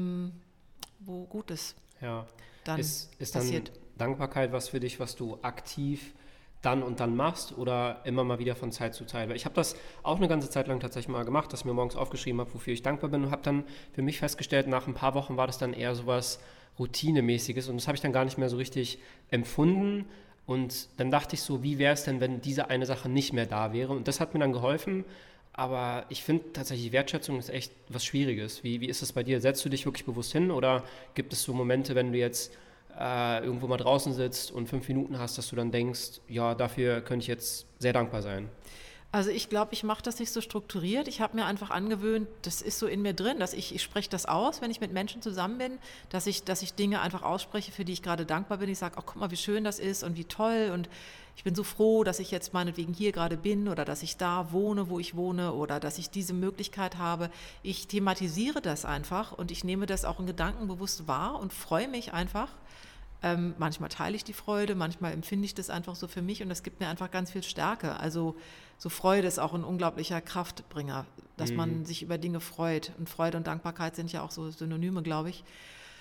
wo Gutes dann ist passiert. Dann Dankbarkeit was für dich, was du aktiv dann und dann machst oder immer mal wieder von Zeit zu Zeit? Weil ich habe das auch eine ganze Zeit lang tatsächlich mal gemacht, dass ich mir morgens aufgeschrieben habe, wofür ich dankbar bin, und habe dann für mich festgestellt, nach ein paar Wochen war das dann eher sowas Routinemäßiges und das habe ich dann gar nicht mehr so richtig empfunden. Und dann dachte ich so, wie wäre es denn, wenn diese eine Sache nicht mehr da wäre? Und das hat mir dann geholfen. Aber ich finde tatsächlich, Wertschätzung ist echt was Schwieriges. Wie ist es bei dir? Setzt du dich wirklich bewusst hin oder gibt es so Momente, wenn du jetzt irgendwo mal draußen sitzt und 5 Minuten hast, dass du dann denkst, ja, dafür könnte ich jetzt sehr dankbar sein? Also ich glaube, ich mache das nicht so strukturiert. Ich habe mir einfach angewöhnt, das ist so in mir drin, dass ich spreche das aus, wenn ich mit Menschen zusammen bin, dass ich Dinge einfach ausspreche, für die ich gerade dankbar bin. Ich sage, oh, guck mal, wie schön das ist und wie toll, und ich bin so froh, dass ich jetzt meinetwegen hier gerade bin oder dass ich da wohne, wo ich wohne, oder dass ich diese Möglichkeit habe. Ich thematisiere das einfach und ich nehme das auch in Gedanken bewusst wahr und freue mich einfach. Manchmal teile ich die Freude, manchmal empfinde ich das einfach so für mich und das gibt mir einfach ganz viel Stärke. Also so Freude ist auch ein unglaublicher Kraftbringer, dass man sich über Dinge freut. Und Freude und Dankbarkeit sind ja auch so Synonyme, glaube ich.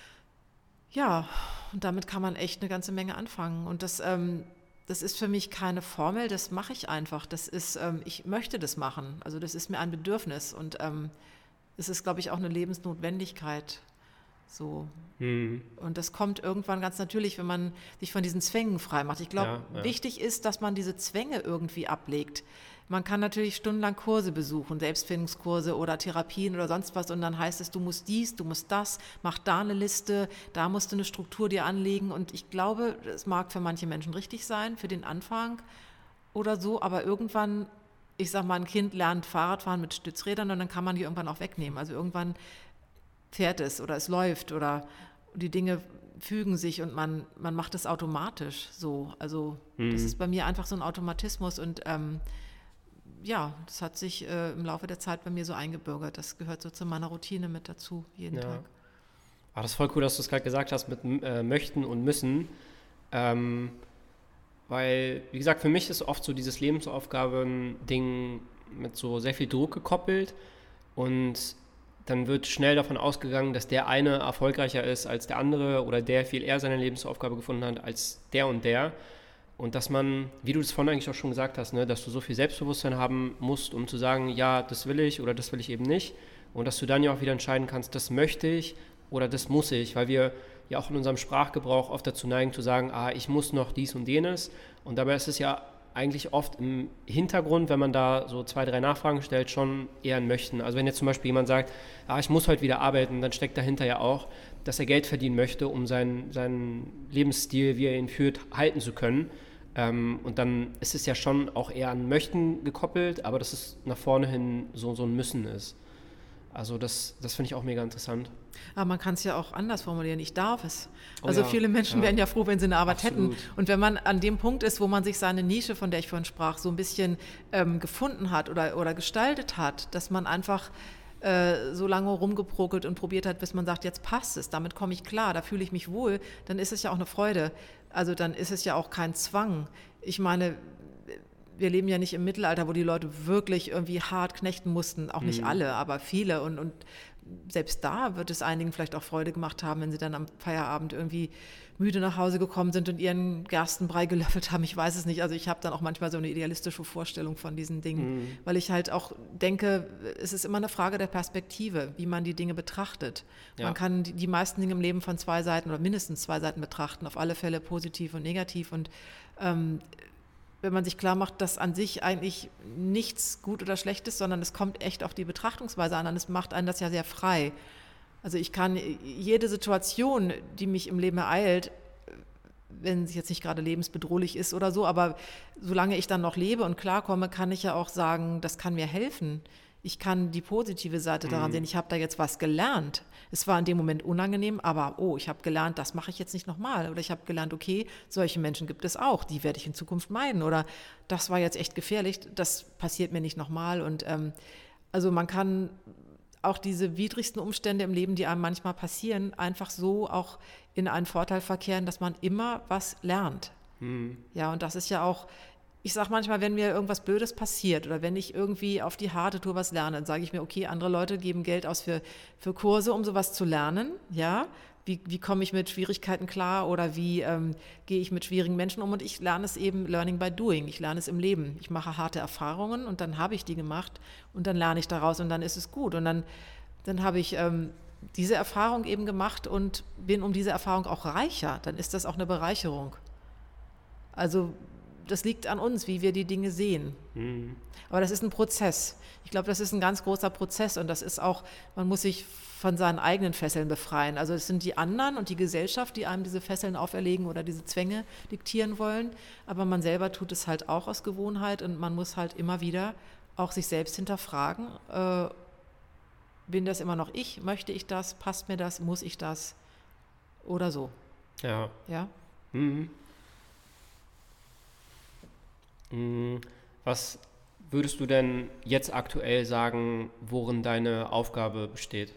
Ja, und damit kann man echt eine ganze Menge anfangen. Und das ist für mich keine Formel, das mache ich einfach. Das ist, ich möchte das machen. Also das ist mir ein Bedürfnis und es ist, glaube ich, auch eine Lebensnotwendigkeit. So. Und das kommt irgendwann ganz natürlich, wenn man sich von diesen Zwängen frei macht. Ich glaube, wichtig ist, dass man diese Zwänge irgendwie ablegt. Man kann natürlich stundenlang Kurse besuchen, Selbstfindungskurse oder Therapien oder sonst was, und dann heißt es, du musst dies, du musst das, mach da eine Liste, da musst du eine Struktur dir anlegen, und ich glaube, es mag für manche Menschen richtig sein, für den Anfang oder so, aber irgendwann, ich sag mal, ein Kind lernt Fahrradfahren mit Stützrädern und dann kann man die irgendwann auch wegnehmen. Also irgendwann fährt es oder es läuft oder die Dinge fügen sich und man macht es automatisch so. Also das ist bei mir einfach so ein Automatismus und das hat sich im Laufe der Zeit bei mir so eingebürgert. Das gehört so zu meiner Routine mit dazu, jeden Tag. Ah, das ist voll cool, dass du es gerade gesagt hast mit möchten und müssen. Weil, wie gesagt, für mich ist oft so dieses Lebensaufgaben-Ding mit so sehr viel Druck gekoppelt und dann wird schnell davon ausgegangen, dass der eine erfolgreicher ist als der andere oder der viel eher seine Lebensaufgabe gefunden hat als der und der. Und dass man, wie du es vorhin eigentlich auch schon gesagt hast, ne, dass du so viel Selbstbewusstsein haben musst, um zu sagen, ja, das will ich oder das will ich eben nicht. Und dass du dann ja auch wieder entscheiden kannst, das möchte ich oder das muss ich, weil wir ja auch in unserem Sprachgebrauch oft dazu neigen zu sagen, ich muss noch dies und jenes. Und dabei ist es ja eigentlich oft im Hintergrund, wenn man da so 2, 3 Nachfragen stellt, schon eher ein Möchten. Also wenn jetzt zum Beispiel jemand sagt, ich muss heute wieder arbeiten, dann steckt dahinter ja auch, dass er Geld verdienen möchte, um seinen Lebensstil, wie er ihn führt, halten zu können. Und dann ist es ja schon auch eher an Möchten gekoppelt, aber dass es nach vorne hin so ein Müssen ist. Also das finde ich auch mega interessant. Aber man kann es ja auch anders formulieren, ich darf es. Oh Also ja, viele Menschen ja. wären ja froh, wenn sie eine Arbeit Absolut. hätten. Und wenn man an dem Punkt ist, wo man sich seine Nische, von der ich vorhin sprach, so ein bisschen gefunden hat oder gestaltet hat, dass man einfach so lange rumgeprokelt und probiert hat, bis man sagt, jetzt passt es, damit komme ich klar, da fühle ich mich wohl, dann ist es ja auch eine Freude. Also dann ist es ja auch kein Zwang. Ich meine, wir leben ja nicht im Mittelalter, wo die Leute wirklich irgendwie hart knechten mussten, auch nicht alle, aber viele. Und selbst da wird es einigen vielleicht auch Freude gemacht haben, wenn sie dann am Feierabend irgendwie müde nach Hause gekommen sind und ihren Gerstenbrei gelöffelt haben. Ich weiß es nicht. Also ich habe dann auch manchmal so eine idealistische Vorstellung von diesen Dingen, weil ich halt auch denke, es ist immer eine Frage der Perspektive, wie man die Dinge betrachtet. Ja. Man kann die meisten Dinge im Leben von 2 Seiten oder mindestens 2 Seiten betrachten, auf alle Fälle positiv und negativ. Und wenn man sich klar macht, dass an sich eigentlich nichts gut oder schlecht ist, sondern es kommt echt auf die Betrachtungsweise an, und es macht einen das ja sehr frei. Also ich kann jede Situation, die mich im Leben ereilt, wenn sie jetzt nicht gerade lebensbedrohlich ist oder so, aber solange ich dann noch lebe und klarkomme, kann ich ja auch sagen, das kann mir helfen. Ich kann die positive Seite daran sehen. Ich habe da jetzt was gelernt. Es war in dem Moment unangenehm, aber ich habe gelernt, das mache ich jetzt nicht nochmal. Oder ich habe gelernt, okay, solche Menschen gibt es auch, die werde ich in Zukunft meiden. Oder das war jetzt echt gefährlich, das passiert mir nicht nochmal. Und also man kann auch diese widrigsten Umstände im Leben, die einem manchmal passieren, einfach so auch in einen Vorteil verkehren, dass man immer was lernt. Ja, und das ist ja auch, ich sage manchmal, wenn mir irgendwas Blödes passiert oder wenn ich irgendwie auf die harte Tour was lerne, dann sage ich mir, okay, andere Leute geben Geld aus für Kurse, um sowas zu lernen, ja. Wie komme ich mit Schwierigkeiten klar oder wie gehe ich mit schwierigen Menschen um? Und ich lerne es eben Learning by Doing. Ich lerne es im Leben. Ich mache harte Erfahrungen und dann habe ich die gemacht und dann lerne ich daraus und dann ist es gut. Und dann habe ich diese Erfahrung eben gemacht und bin um diese Erfahrung auch reicher. Dann ist das auch eine Bereicherung. Also das liegt an uns, wie wir die Dinge sehen. Aber das ist ein Prozess. Ich glaube, das ist ein ganz großer Prozess und das ist auch, man muss sich von seinen eigenen Fesseln befreien. Also es sind die anderen und die Gesellschaft, die einem diese Fesseln auferlegen oder diese Zwänge diktieren wollen. Aber man selber tut es halt auch aus Gewohnheit und man muss halt immer wieder auch sich selbst hinterfragen, bin das immer noch ich? Möchte ich das? Passt mir das? Muss ich das? Oder so. Ja. Ja? Was würdest du denn jetzt aktuell sagen, worin deine Aufgabe besteht?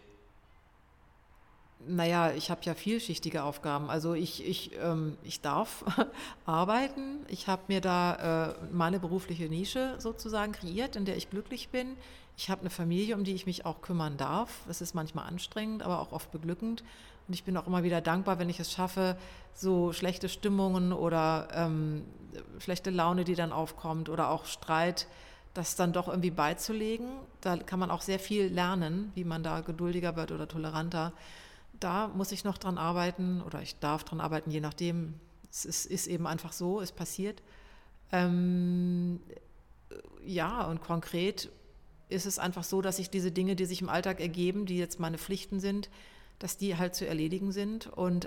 Naja, ich habe ja vielschichtige Aufgaben. Also ich darf arbeiten. Ich habe mir da meine berufliche Nische sozusagen kreiert, in der ich glücklich bin. Ich habe eine Familie, um die ich mich auch kümmern darf. Das ist manchmal anstrengend, aber auch oft beglückend. Und ich bin auch immer wieder dankbar, wenn ich es schaffe, so schlechte Stimmungen oder schlechte Laune, die dann aufkommt oder auch Streit, das dann doch irgendwie beizulegen. Da kann man auch sehr viel lernen, wie man da geduldiger wird oder toleranter. Da muss ich noch dran arbeiten oder ich darf dran arbeiten, je nachdem. Es ist eben einfach so, es passiert. Ja, und konkret ist es einfach so, dass ich diese Dinge, die sich im Alltag ergeben, die jetzt meine Pflichten sind, dass die halt zu erledigen sind. Und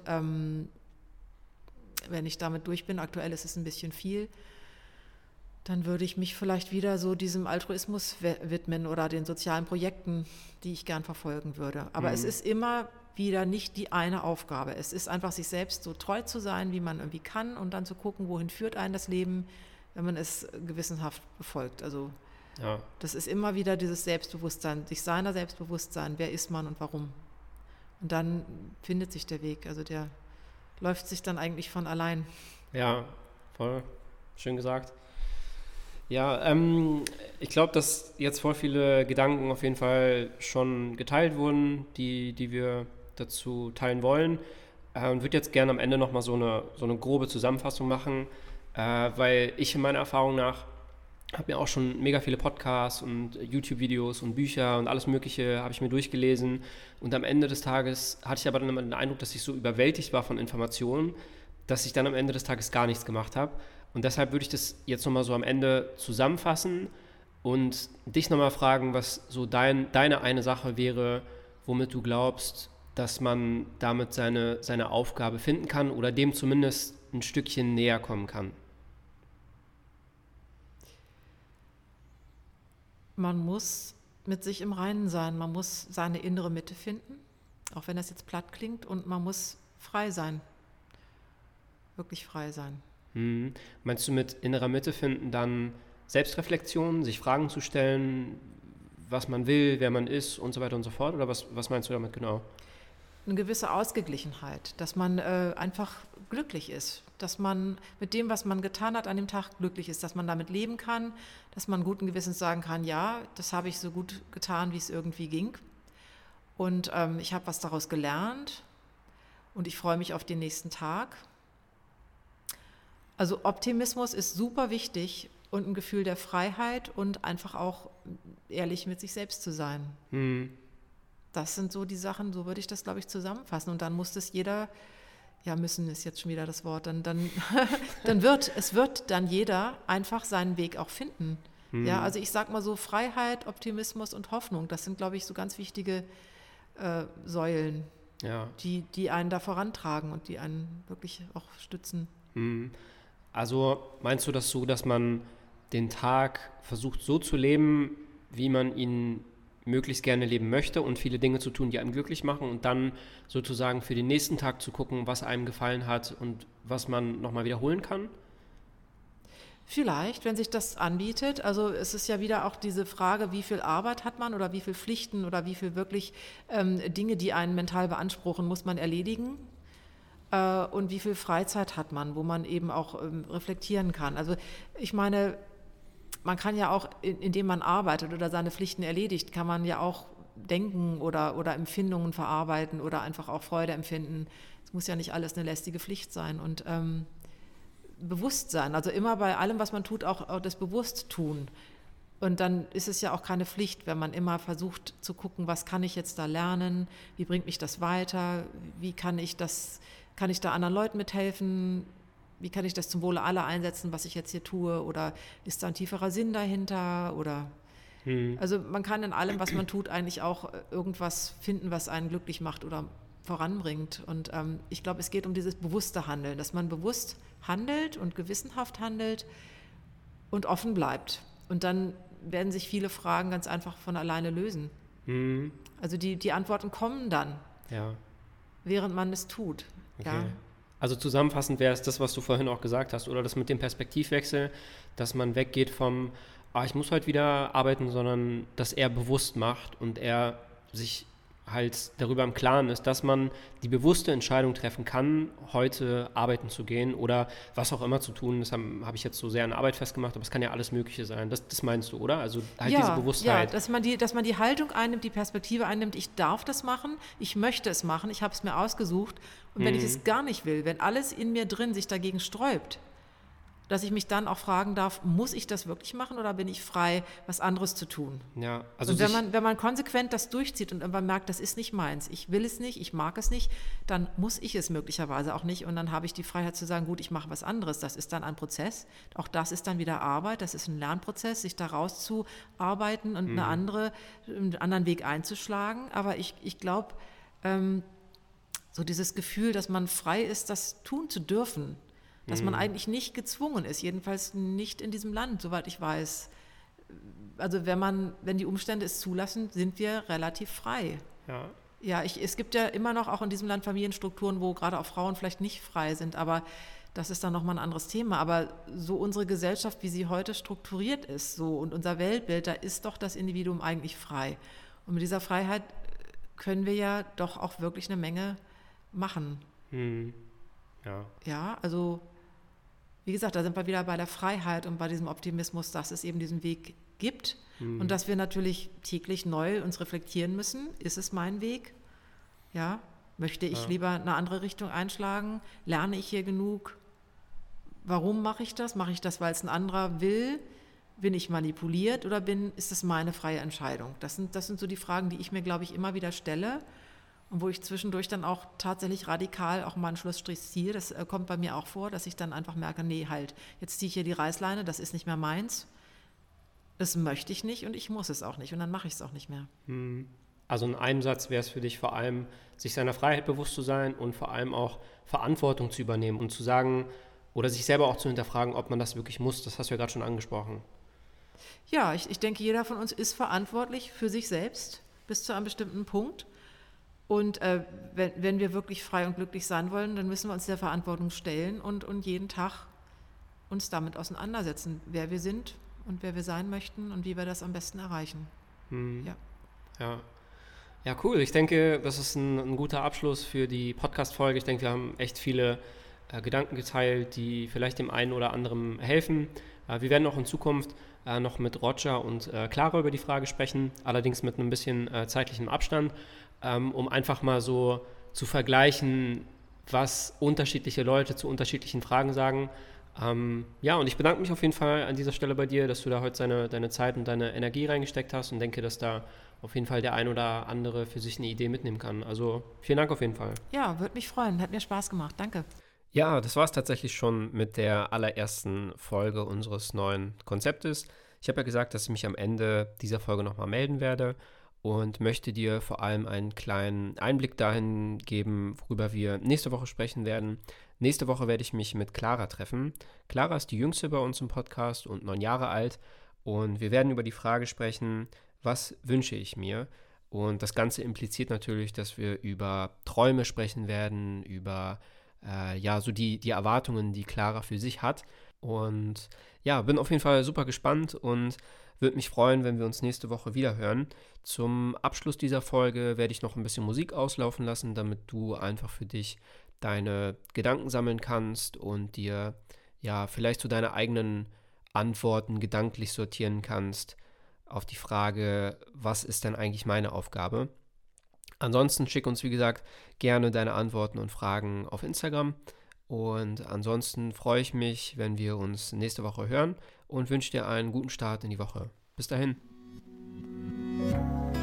wenn ich damit durch bin, aktuell ist es ein bisschen viel, dann würde ich mich vielleicht wieder so diesem Altruismus widmen oder den sozialen Projekten, die ich gern verfolgen würde. Aber es ist immer wieder nicht die eine Aufgabe. Es ist einfach, sich selbst so treu zu sein, wie man irgendwie kann und dann zu gucken, wohin führt einen das Leben, wenn man es gewissenhaft befolgt. Also Ja. das ist immer wieder dieses Selbstbewusstsein, sich seiner Selbstbewusstsein, wer ist man und warum. Und dann findet sich der Weg, also der läuft sich dann eigentlich von allein. Ja, voll schön gesagt. Ja, ich glaube, dass jetzt voll viele Gedanken auf jeden Fall schon geteilt wurden, die wir dazu teilen wollen. Und würde jetzt gerne am Ende nochmal so eine grobe Zusammenfassung machen, weil ich in meiner Erfahrung nach habe mir auch schon mega viele Podcasts und YouTube-Videos und Bücher und alles Mögliche habe ich mir durchgelesen. Und am Ende des Tages hatte ich aber dann immer den Eindruck, dass ich so überwältigt war von Informationen, dass ich dann am Ende des Tages gar nichts gemacht habe. Und deshalb würde ich das jetzt nochmal so am Ende zusammenfassen und dich nochmal fragen, was so deine eine Sache wäre, womit du glaubst, dass man damit seine Aufgabe finden kann oder dem zumindest ein Stückchen näher kommen kann. Man muss mit sich im Reinen sein, man muss seine innere Mitte finden, auch wenn das jetzt platt klingt, und man muss frei sein, wirklich frei sein. Meinst du mit innerer Mitte finden dann Selbstreflexion, sich Fragen zu stellen, was man will, wer man ist und so weiter und so fort? Oder was meinst du damit genau? Eine gewisse Ausgeglichenheit, dass man einfach glücklich ist, dass man mit dem, was man getan hat an dem Tag, glücklich ist, dass man damit leben kann, dass man guten Gewissens sagen kann, ja, das habe ich so gut getan, wie es irgendwie ging. Und ich habe was daraus gelernt und ich freue mich auf den nächsten Tag. Also Optimismus ist super wichtig und ein Gefühl der Freiheit und einfach auch ehrlich mit sich selbst zu sein. Das sind so die Sachen, so würde ich das, glaube ich, zusammenfassen. Und dann muss das jeder, ja, müssen ist jetzt schon wieder das Wort, dann wird dann jeder einfach seinen Weg auch finden. Ja, also ich sage mal so, Freiheit, Optimismus und Hoffnung, das sind, glaube ich, so ganz wichtige Säulen, Ja. die einen da vorantragen und die einen wirklich auch stützen. Also meinst du das so, dass man den Tag versucht so zu leben, wie man ihn möglichst gerne leben möchte und viele Dinge zu tun, die einen glücklich machen und dann sozusagen für den nächsten Tag zu gucken, was einem gefallen hat und was man nochmal wiederholen kann? Vielleicht, wenn sich das anbietet. Also es ist ja wieder auch diese Frage, wie viel Arbeit hat man oder wie viel Pflichten oder wie viel wirklich Dinge, die einen mental beanspruchen, muss man erledigen. Und wie viel Freizeit hat man, wo man eben auch reflektieren kann. Also ich meine, man kann ja auch, indem man arbeitet oder seine Pflichten erledigt, kann man ja auch denken oder Empfindungen verarbeiten oder einfach auch Freude empfinden. Es muss ja nicht alles eine lästige Pflicht sein. Und Bewusstsein, also immer bei allem, was man tut, auch das Bewusst-Tun. Und dann ist es ja auch keine Pflicht, wenn man immer versucht zu gucken, was kann ich jetzt da lernen, wie bringt mich das weiter, wie kann ich da anderen Leuten mithelfen, wie kann ich das zum Wohle aller einsetzen, was ich jetzt hier tue, oder ist da ein tieferer Sinn dahinter, oder also man kann in allem, was man tut, eigentlich auch irgendwas finden, was einen glücklich macht oder voranbringt. Und ich glaube, es geht um dieses bewusste Handeln, dass man bewusst handelt und gewissenhaft handelt und offen bleibt. Und dann werden sich viele Fragen ganz einfach von alleine lösen. Also die Antworten kommen dann, während man es tut. Okay. Ja. Also zusammenfassend wäre es das, was du vorhin auch gesagt hast, oder das mit dem Perspektivwechsel, dass man weggeht vom, ich muss heute wieder arbeiten, sondern dass er bewusst macht und er sich halt darüber im Klaren ist, dass man die bewusste Entscheidung treffen kann, heute arbeiten zu gehen oder was auch immer zu tun. Das habe ich jetzt so sehr an Arbeit festgemacht, aber es kann ja alles Mögliche sein. Das meinst du, oder? Also halt diese Bewusstheit. Ja, dass man die Haltung einnimmt, die Perspektive einnimmt, ich darf das machen, ich möchte es machen, ich habe es mir ausgesucht. Und wenn ich es gar nicht will, wenn alles in mir drin sich dagegen sträubt, dass ich mich dann auch fragen darf, muss ich das wirklich machen oder bin ich frei, was anderes zu tun? Ja, also und wenn man konsequent das durchzieht und irgendwann merkt, das ist nicht meins, ich will es nicht, ich mag es nicht, dann muss ich es möglicherweise auch nicht und dann habe ich die Freiheit zu sagen, gut, ich mache was anderes. Das ist dann ein Prozess, auch das ist dann wieder Arbeit, das ist ein Lernprozess, sich da rauszuarbeiten und einen anderen Weg einzuschlagen. Aber ich glaube, so dieses Gefühl, dass man frei ist, das tun zu dürfen, dass man eigentlich nicht gezwungen ist, jedenfalls nicht in diesem Land, soweit ich weiß. Also wenn die Umstände es zulassen, sind wir relativ frei. Ja, es gibt ja immer noch auch in diesem Land Familienstrukturen, wo gerade auch Frauen vielleicht nicht frei sind, aber das ist dann nochmal ein anderes Thema. Aber so unsere Gesellschaft, wie sie heute strukturiert ist, so und unser Weltbild, da ist doch das Individuum eigentlich frei. Und mit dieser Freiheit können wir ja doch auch wirklich eine Menge machen. Ja, also wie gesagt, da sind wir wieder bei der Freiheit und bei diesem Optimismus, dass es eben diesen Weg gibt und dass wir natürlich täglich neu uns reflektieren müssen. Ist es mein Weg? Ja, möchte ich lieber eine andere Richtung einschlagen? Lerne ich hier genug? Warum mache ich das? Mache ich das, weil es ein anderer will? Bin ich manipuliert oder ist es meine freie Entscheidung? Das sind so die Fragen, die ich mir, glaube ich, immer wieder stelle. Und wo ich zwischendurch dann auch tatsächlich radikal auch mal einen Schlussstrich ziehe. Das kommt bei mir auch vor, dass ich dann einfach merke, nee, halt, jetzt ziehe ich hier die Reißleine, das ist nicht mehr meins. Das möchte ich nicht und ich muss es auch nicht. Und dann mache ich es auch nicht mehr. Also in einem Satz wäre es für dich vor allem, sich seiner Freiheit bewusst zu sein und vor allem auch Verantwortung zu übernehmen und zu sagen oder sich selber auch zu hinterfragen, ob man das wirklich muss. Das hast du ja gerade schon angesprochen. Ja, ich denke, jeder von uns ist verantwortlich für sich selbst bis zu einem bestimmten Punkt. Und wenn wir wirklich frei und glücklich sein wollen, dann müssen wir uns der Verantwortung stellen und jeden Tag uns damit auseinandersetzen, wer wir sind und wer wir sein möchten und wie wir das am besten erreichen. Ja. Ja. Ja, cool. Ich denke, das ist ein guter Abschluss für die Podcast-Folge. Ich denke, wir haben echt viele Gedanken geteilt, die vielleicht dem einen oder anderen helfen. Wir werden auch in Zukunft noch mit Roger und Clara über die Frage sprechen, allerdings mit einem bisschen zeitlichem Abstand, um einfach mal so zu vergleichen, was unterschiedliche Leute zu unterschiedlichen Fragen sagen. Ja, und ich bedanke mich auf jeden Fall an dieser Stelle bei dir, dass du da heute deine Zeit und deine Energie reingesteckt hast und denke, dass da auf jeden Fall der ein oder andere für sich eine Idee mitnehmen kann. Also vielen Dank auf jeden Fall. Ja, würde mich freuen. Hat mir Spaß gemacht. Danke. Ja, das war es tatsächlich schon mit der allerersten Folge unseres neuen Konzeptes. Ich habe ja gesagt, dass ich mich am Ende dieser Folge nochmal melden werde und möchte dir vor allem einen kleinen Einblick dahin geben, worüber wir nächste Woche sprechen werden. Nächste Woche werde ich mich mit Clara treffen. Clara ist die Jüngste bei uns im Podcast und 9 Jahre alt und wir werden über die Frage sprechen, was wünsche ich mir? Und das Ganze impliziert natürlich, dass wir über Träume sprechen werden, über so die Erwartungen, die Clara für sich hat. Und ja, bin auf jeden Fall super gespannt und würde mich freuen, wenn wir uns nächste Woche wieder hören. Zum Abschluss dieser Folge werde ich noch ein bisschen Musik auslaufen lassen, damit du einfach für dich deine Gedanken sammeln kannst und dir ja vielleicht so deine eigenen Antworten gedanklich sortieren kannst auf die Frage, was ist denn eigentlich meine Aufgabe? Ansonsten schick uns, wie gesagt, gerne deine Antworten und Fragen auf Instagram. Und ansonsten freue ich mich, wenn wir uns nächste Woche hören und wünsche dir einen guten Start in die Woche. Bis dahin.